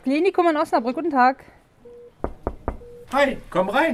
Klinikum in Osnabrück, guten Tag. Hi, komm rein.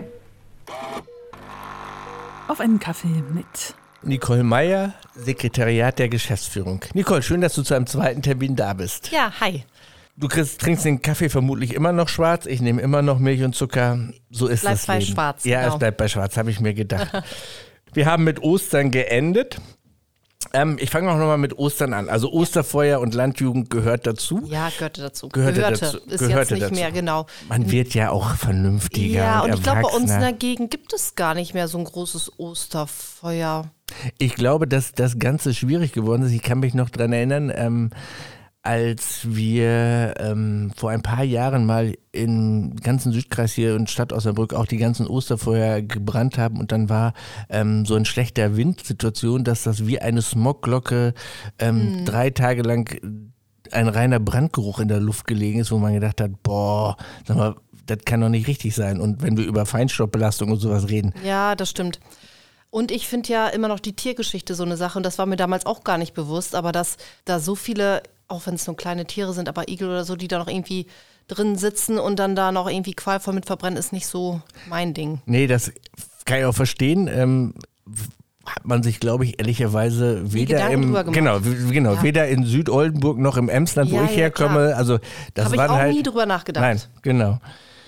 Auf einen Kaffee mit Nicole Meyer, Sekretariat der Geschäftsführung. Nicole, schön, dass du zu einem zweiten Termin da bist. Ja, hi. Du trinkst den Kaffee vermutlich immer noch schwarz. Ich nehme immer noch Milch und Zucker. So ist das Leben. Bleibt bei schwarz. Ja, genau. Es bleibt bei schwarz, habe ich mir gedacht. Wir haben mit Ostern geendet. Ich fange auch nochmal mit Ostern an. Also Osterfeuer und Landjugend gehört dazu. Ja, gehörte dazu. Gehörte Ist gehörte jetzt nicht dazu. mehr, genau. Man wird ja auch vernünftiger. Ja, und ich glaube, bei uns in erwachsener. der Gegend gibt es gar nicht mehr so ein großes Osterfeuer. Ich glaube, dass das Ganze schwierig geworden ist. Ich kann mich noch dran erinnern, als wir vor ein paar Jahren mal im ganzen Südkreis hier in Stadt Osnabrück auch die ganzen Osterfeuer gebrannt haben und dann war so ein schlechter Windsituation, dass das wie eine Smogglocke 3 Tage lang ein reiner Brandgeruch in der Luft gelegen ist, wo man gedacht hat, boah, sag mal, das kann doch nicht richtig sein. Und wenn wir über Feinstaubbelastung und sowas reden. Ja, das stimmt. Und ich finde ja immer noch die Tiergeschichte so eine Sache und das war mir damals auch gar nicht bewusst, aber dass da so viele, auch wenn es nur kleine Tiere sind, aber Igel oder so, die da noch irgendwie drin sitzen und dann da noch irgendwie qualvoll mit verbrennen, ist nicht so mein Ding. Nee, das kann ich auch verstehen. Hat man sich, glaube ich, ehrlicherweise weder ja. weder in Südoldenburg noch im Emsland, wo ich herkomme. Klar. Also das Habe ich waren auch halt nie drüber nachgedacht. Nein, genau.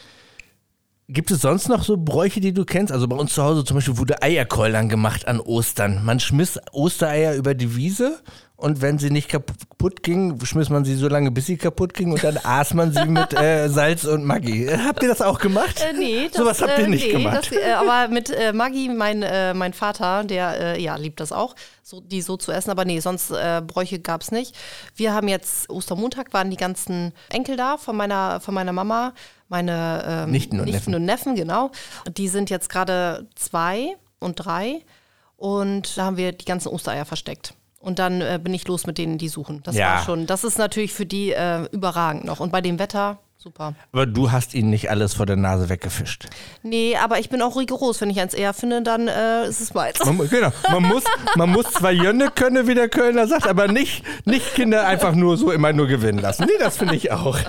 Gibt es sonst noch so Bräuche, die du kennst? Also bei uns zu Hause zum Beispiel wurde Eierkeulern gemacht an Ostern. Man schmiss Ostereier über die Wiese und wenn sie nicht kaputt gingen, schmiss man sie so lange, bis sie kaputt gingen und dann aß man sie mit Salz und Maggi. Habt ihr das auch gemacht? Nee. Sowas habt ihr nicht gemacht. Aber mit Maggi, mein Vater, der liebt das auch, die so zu essen. Aber nee, sonst Bräuche gab es nicht. Wir haben jetzt, Ostermontag waren die ganzen Enkel da von meiner Mama. Meine Nichten und Neffen, genau. Die sind jetzt gerade 2 und 3 und da haben wir die ganzen Ostereier versteckt. Und dann bin ich los mit denen, die suchen. Das ist natürlich für die überragend noch. Und bei dem Wetter, super. Aber du hast ihnen nicht alles vor der Nase weggefischt. Nee, aber ich bin auch rigoros. Wenn ich eins eher finde, dann ist es meins. Genau, man muss zwar Jönne können, wie der Kölner sagt, aber nicht Kinder einfach nur so immer nur gewinnen lassen. Nee, das finde ich auch.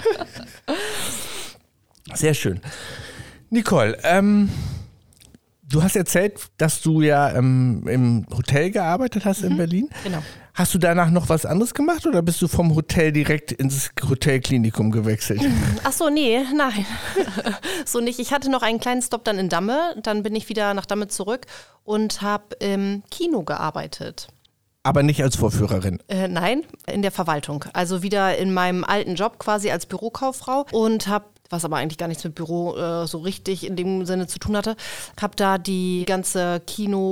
Sehr schön. Nicole, du hast erzählt, dass du ja im Hotel gearbeitet hast in Berlin. Genau. Hast du danach noch was anderes gemacht oder bist du vom Hotel direkt ins Hotelklinikum gewechselt? Ach so, nee, nein. So nicht. Ich hatte noch einen kleinen Stopp dann in Damme. Dann bin ich wieder nach Damme zurück und habe im Kino gearbeitet. Aber nicht als Vorführerin? Nein, in der Verwaltung. Also wieder in meinem alten Job quasi als Bürokauffrau und habe, was aber eigentlich gar nichts mit Büro so richtig in dem Sinne zu tun hatte, habe da die ganze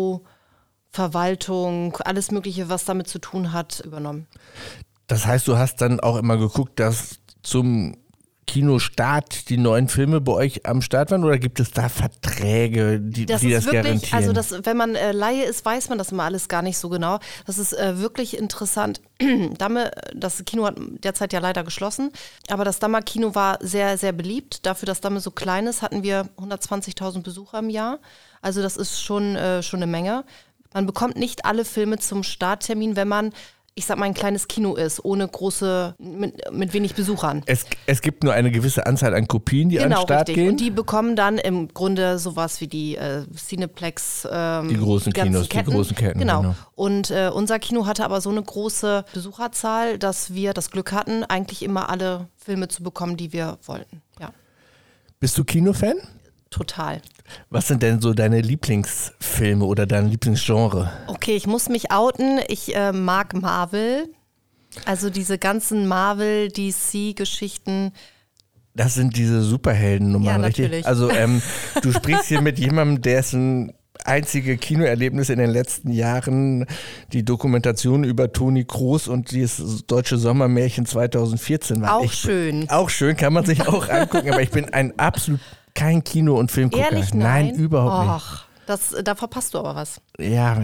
Kinoverwaltung, alles Mögliche, was damit zu tun hat, übernommen. Das heißt, du hast dann auch immer geguckt, dass zum Kinostart die neuen Filme bei euch am Start waren oder gibt es da Verträge, die das wirklich, garantieren? Also wenn man Laie ist, weiß man das immer alles gar nicht so genau. Das ist wirklich interessant. Damme, das Kino hat derzeit ja leider geschlossen, aber das Dammer Kino war sehr, sehr beliebt. Dafür, dass Damme so klein ist, hatten wir 120.000 Besucher im Jahr. Also das ist schon eine Menge. Man bekommt nicht alle Filme zum Starttermin, wenn man, ich sag mal, ein kleines Kino ist, ohne große, mit wenig Besuchern. Es gibt nur eine gewisse Anzahl an Kopien, die an den Start gehen. Und die bekommen dann im Grunde sowas wie die Cineplex. Die großen Kinos, die großen Ketten. Genau. Und unser Kino hatte aber so eine große Besucherzahl, dass wir das Glück hatten, eigentlich immer alle Filme zu bekommen, die wir wollten. Ja. Bist du Kinofan? Total. Was sind denn so deine Lieblingsfilme oder dein Lieblingsgenre? Okay, ich muss mich outen. Ich mag Marvel. Also diese ganzen Marvel-DC-Geschichten. Das sind diese Superhelden-Nummern, Ja, richtig? natürlich. Also du sprichst hier mit jemandem, dessen einzige Kinoerlebnis in den letzten Jahren die Dokumentation über Toni Kroos und das deutsche Sommermärchen 2014 war. Auch schön. Auch schön, kann man sich auch angucken, aber ich bin absolut kein Kino- und Filmgucker. Ehrlich, nein? Überhaupt nicht. Da verpasst du aber was. Ja,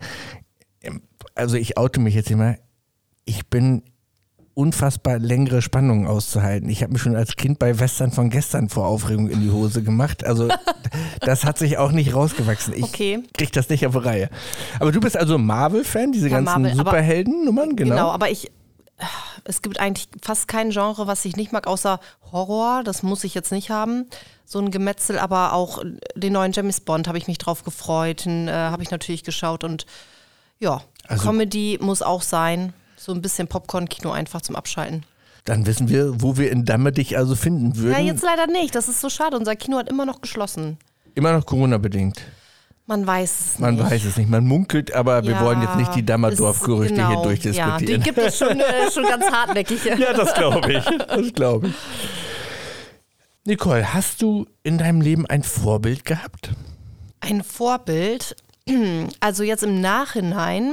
also ich oute mich jetzt immer. Ich bin unfassbar längere Spannungen auszuhalten. Ich habe mich schon als Kind bei Western von gestern vor Aufregung in die Hose gemacht. Also das hat sich auch nicht rausgewachsen. Ich krieg das nicht auf die Reihe. Aber du bist also Marvel-Fan, diese ganzen Superhelden-Nummern, genau. Genau, aber Es gibt eigentlich fast kein Genre, was ich nicht mag, außer Horror. Das muss ich jetzt nicht haben. So ein Gemetzel, aber auch den neuen James Bond habe ich mich drauf gefreut. Habe ich natürlich geschaut. Und ja, also, Comedy muss auch sein. So ein bisschen Popcorn-Kino einfach zum Abschalten. Dann wissen wir, wo wir in Damme dich also finden würden. Ja, jetzt leider nicht. Das ist so schade. Unser Kino hat immer noch geschlossen. Immer noch Corona-bedingt. Man weiß es nicht. Man weiß es nicht. Man munkelt, aber wir wollen jetzt nicht die Dammerdorf-Gerüchte hier durchdiskutieren. Ja, die gibt es schon ganz hartnäckig. Ja, das glaube ich. Nicole, hast du in deinem Leben ein Vorbild gehabt? Ein Vorbild? Also jetzt im Nachhinein,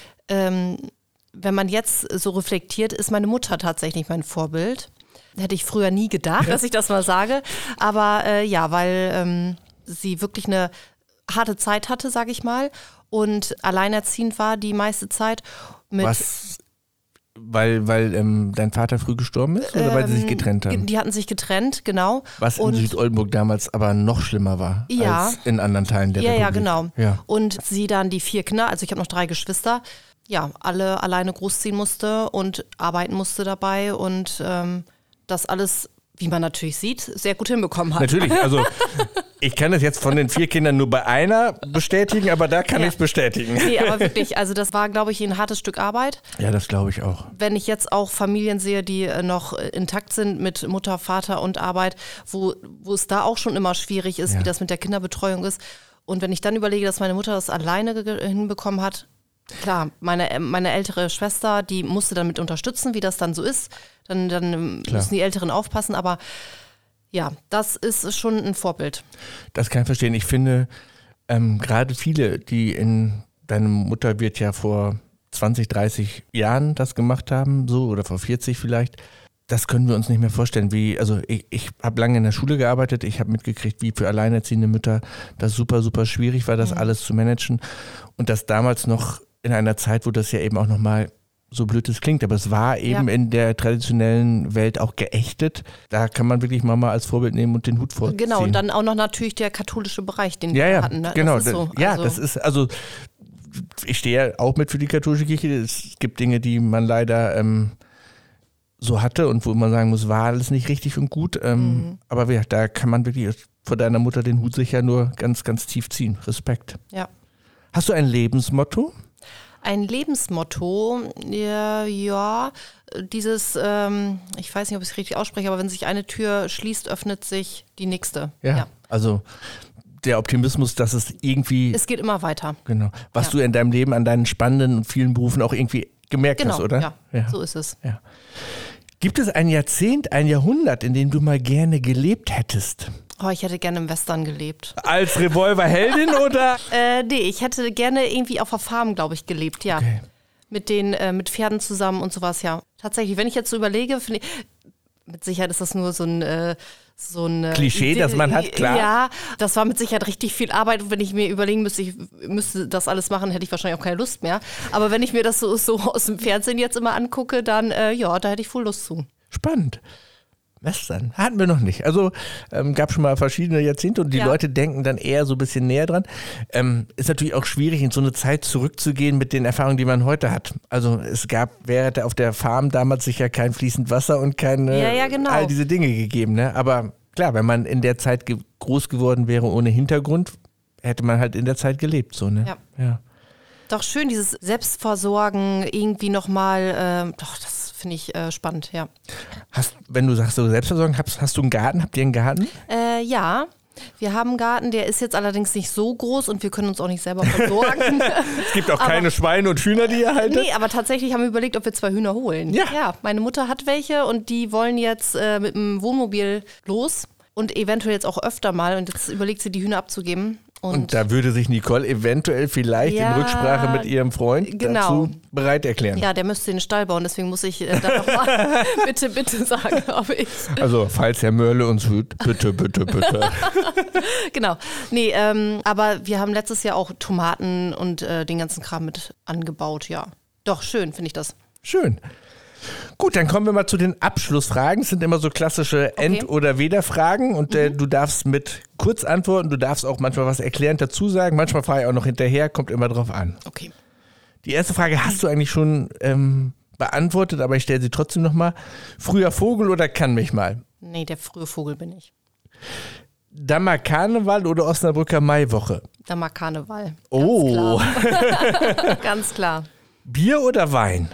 wenn man jetzt so reflektiert, ist meine Mutter tatsächlich mein Vorbild. Hätte ich früher nie gedacht, dass ich das mal sage. Aber weil sie wirklich eine harte Zeit hatte, sage ich mal, und alleinerziehend war die meiste Zeit. Was? Weil dein Vater früh gestorben ist oder weil sie sich getrennt haben? Die hatten sich getrennt, genau. Was in Südoldenburg damals aber noch schlimmer war als in anderen Teilen der Republik. Ja, genau. Ja. Und sie dann die 4 Kinder, also ich habe noch 3 Geschwister, alle alleine großziehen musste und arbeiten musste dabei und das alles, wie man natürlich sieht, sehr gut hinbekommen hat. Natürlich, also ich kann es jetzt von den 4 Kindern nur bei einer bestätigen, aber da kann ich es bestätigen. Nee, aber wirklich, also das war, glaube ich, ein hartes Stück Arbeit. Ja, das glaube ich auch. Wenn ich jetzt auch Familien sehe, die noch intakt sind mit Mutter, Vater und Arbeit, wo es da auch schon immer schwierig ist, wie das mit der Kinderbetreuung ist. Und wenn ich dann überlege, dass meine Mutter das alleine hinbekommen hat, klar, meine ältere Schwester, die musste dann mit unterstützen, wie das dann so ist. Dann müssen die Älteren aufpassen, aber ja, das ist schon ein Vorbild. Das kann ich verstehen. Ich finde, gerade viele, deine Mutter wird ja vor 20, 30 Jahren das gemacht haben, so, oder vor 40 vielleicht, das können wir uns nicht mehr vorstellen. Ich habe lange in der Schule gearbeitet, ich habe mitgekriegt, wie für alleinerziehende Mütter das super, super schwierig war, das alles zu managen. Und das damals noch in einer Zeit, wo das ja eben auch nochmal so blöd es klingt, aber es war eben in der traditionellen Welt auch geächtet. Da kann man wirklich Mama als Vorbild nehmen und den Hut vorziehen. Genau, und dann auch noch natürlich der katholische Bereich, den wir hatten. Ne? Genau. Das ist so. Das ist, also ich stehe auch mit für die katholische Kirche. Es gibt Dinge, die man leider so hatte und wo man sagen muss, war alles nicht richtig und gut. Aber da kann man wirklich vor deiner Mutter den Hut sicher nur ganz, ganz tief ziehen. Respekt. Ja. Hast du ein Lebensmotto? Ein Lebensmotto, dieses, ich weiß nicht, ob ich es richtig ausspreche, aber wenn sich eine Tür schließt, öffnet sich die nächste. Ja. Also der Optimismus, dass es irgendwie... Es geht immer weiter. Genau. Was du in deinem Leben an deinen spannenden und vielen Berufen auch irgendwie gemerkt hast, oder? Ja, so ist es. Ja. Gibt es ein Jahrzehnt, ein Jahrhundert, in dem du mal gerne gelebt hättest? Oh, ich hätte gerne im Western gelebt. Als Revolverheldin oder? Nee, ich hätte gerne irgendwie auf der Farm, glaube ich, gelebt, ja. Okay. Mit Pferden zusammen und sowas, ja. Tatsächlich, wenn ich jetzt so überlege, finde ich, mit Sicherheit ist das nur so ein Klischee, das man hat, klar. Ja, das war mit Sicherheit richtig viel Arbeit. Und wenn ich mir überlegen müsste, ich müsste das alles machen, hätte ich wahrscheinlich auch keine Lust mehr. Aber wenn ich mir das so aus dem Fernsehen jetzt immer angucke, dann da hätte ich voll Lust zu. Spannend. Western hatten wir noch nicht. Also gab schon mal verschiedene Jahrzehnte und die Leute denken dann eher so ein bisschen näher dran. Ist natürlich auch schwierig, in so eine Zeit zurückzugehen mit den Erfahrungen, die man heute hat. Also wäre auf der Farm damals sicher kein fließend Wasser und keine all diese Dinge gegeben. Ne? Aber klar, wenn man in der Zeit groß geworden wäre ohne Hintergrund, hätte man halt in der Zeit gelebt. So, ne? Ja. Doch schön, dieses Selbstversorgen irgendwie nochmal, das finde ich spannend, ja. Wenn du sagst, so Selbstversorgung, hast du einen Garten? Habt ihr einen Garten? Ja, wir haben einen Garten, der ist jetzt allerdings nicht so groß und wir können uns auch nicht selber versorgen. Es gibt auch keine Schweine und Hühner, die ihr haltet? Nee, aber tatsächlich haben wir überlegt, ob wir 2 Hühner holen. Ja, meine Mutter hat welche und die wollen jetzt mit dem Wohnmobil los und eventuell jetzt auch öfter mal und jetzt überlegt sie, die Hühner abzugeben. Und da würde sich Nicole eventuell vielleicht in Rücksprache mit ihrem Freund dazu bereit erklären. Ja, der müsste den Stall bauen, deswegen muss ich dann nochmal bitte sagen, ob ich... Also, falls Herr Mörle uns hört, bitte. Genau. Nee, aber wir haben letztes Jahr auch Tomaten und den ganzen Kram mit angebaut, ja. Doch, schön finde ich das. Schön. Gut, dann kommen wir mal zu den Abschlussfragen. Es sind immer so klassische Ent- oder Weder-Fragen und du darfst mit kurz antworten, du darfst auch manchmal was erklärend dazu sagen, manchmal frage ich auch noch hinterher, kommt immer drauf an. Okay. Die erste Frage, hast du eigentlich schon beantwortet, aber ich stelle sie trotzdem nochmal. Früher Vogel oder kann mich mal? Nee, der frühe Vogel bin ich. Dammer Karneval oder Osnabrücker Maiwoche? Dammer Karneval. Oh. Klar. Ganz klar. Bier oder Wein?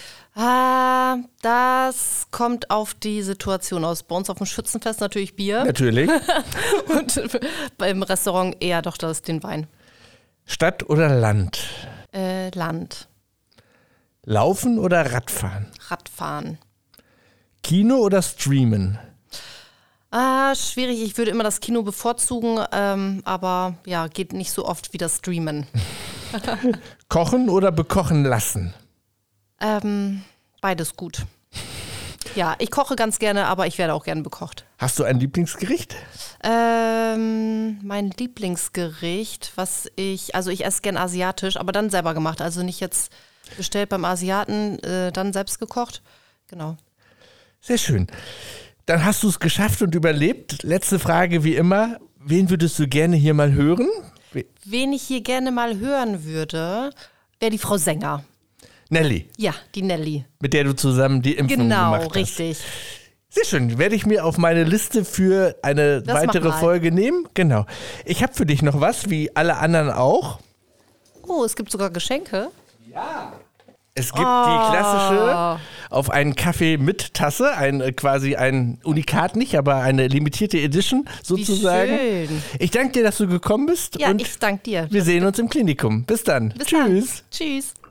Das kommt auf die Situation aus. Bei uns auf dem Schützenfest natürlich Bier. Natürlich. Und beim Restaurant eher doch den Wein. Stadt oder Land? Land. Laufen oder Radfahren? Radfahren. Kino oder Streamen? Schwierig. Ich würde immer das Kino bevorzugen, aber ja, geht nicht so oft wie das Streamen. Kochen oder bekochen lassen? Beides gut. Ja, ich koche ganz gerne, aber ich werde auch gerne bekocht. Hast du ein Lieblingsgericht? Mein Lieblingsgericht, ich esse gern asiatisch, aber dann selber gemacht. Also nicht jetzt bestellt beim Asiaten, dann selbst gekocht. Genau. Sehr schön. Dann hast du es geschafft und überlebt. Letzte Frage wie immer. Wen würdest du gerne hier mal hören? Wen ich hier gerne mal hören würde, wäre die Frau Sänger. Nelly. Ja, die Nelly. Mit der du zusammen die Impfung gemacht hast. Genau, richtig. Sehr schön. Werde ich mir auf meine Liste für eine weitere Folge nehmen. Genau. Ich habe für dich noch was, wie alle anderen auch. Oh, es gibt sogar Geschenke. Ja. Es gibt die klassische auf einen Kaffee mit Tasse, quasi ein Unikat nicht, aber eine limitierte Edition sozusagen. Wie schön. Ich danke dir, dass du gekommen bist. Ja, und ich danke dir. Wir sehen uns im Klinikum. Bis dann. Bis Tschüss. Dann. Tschüss.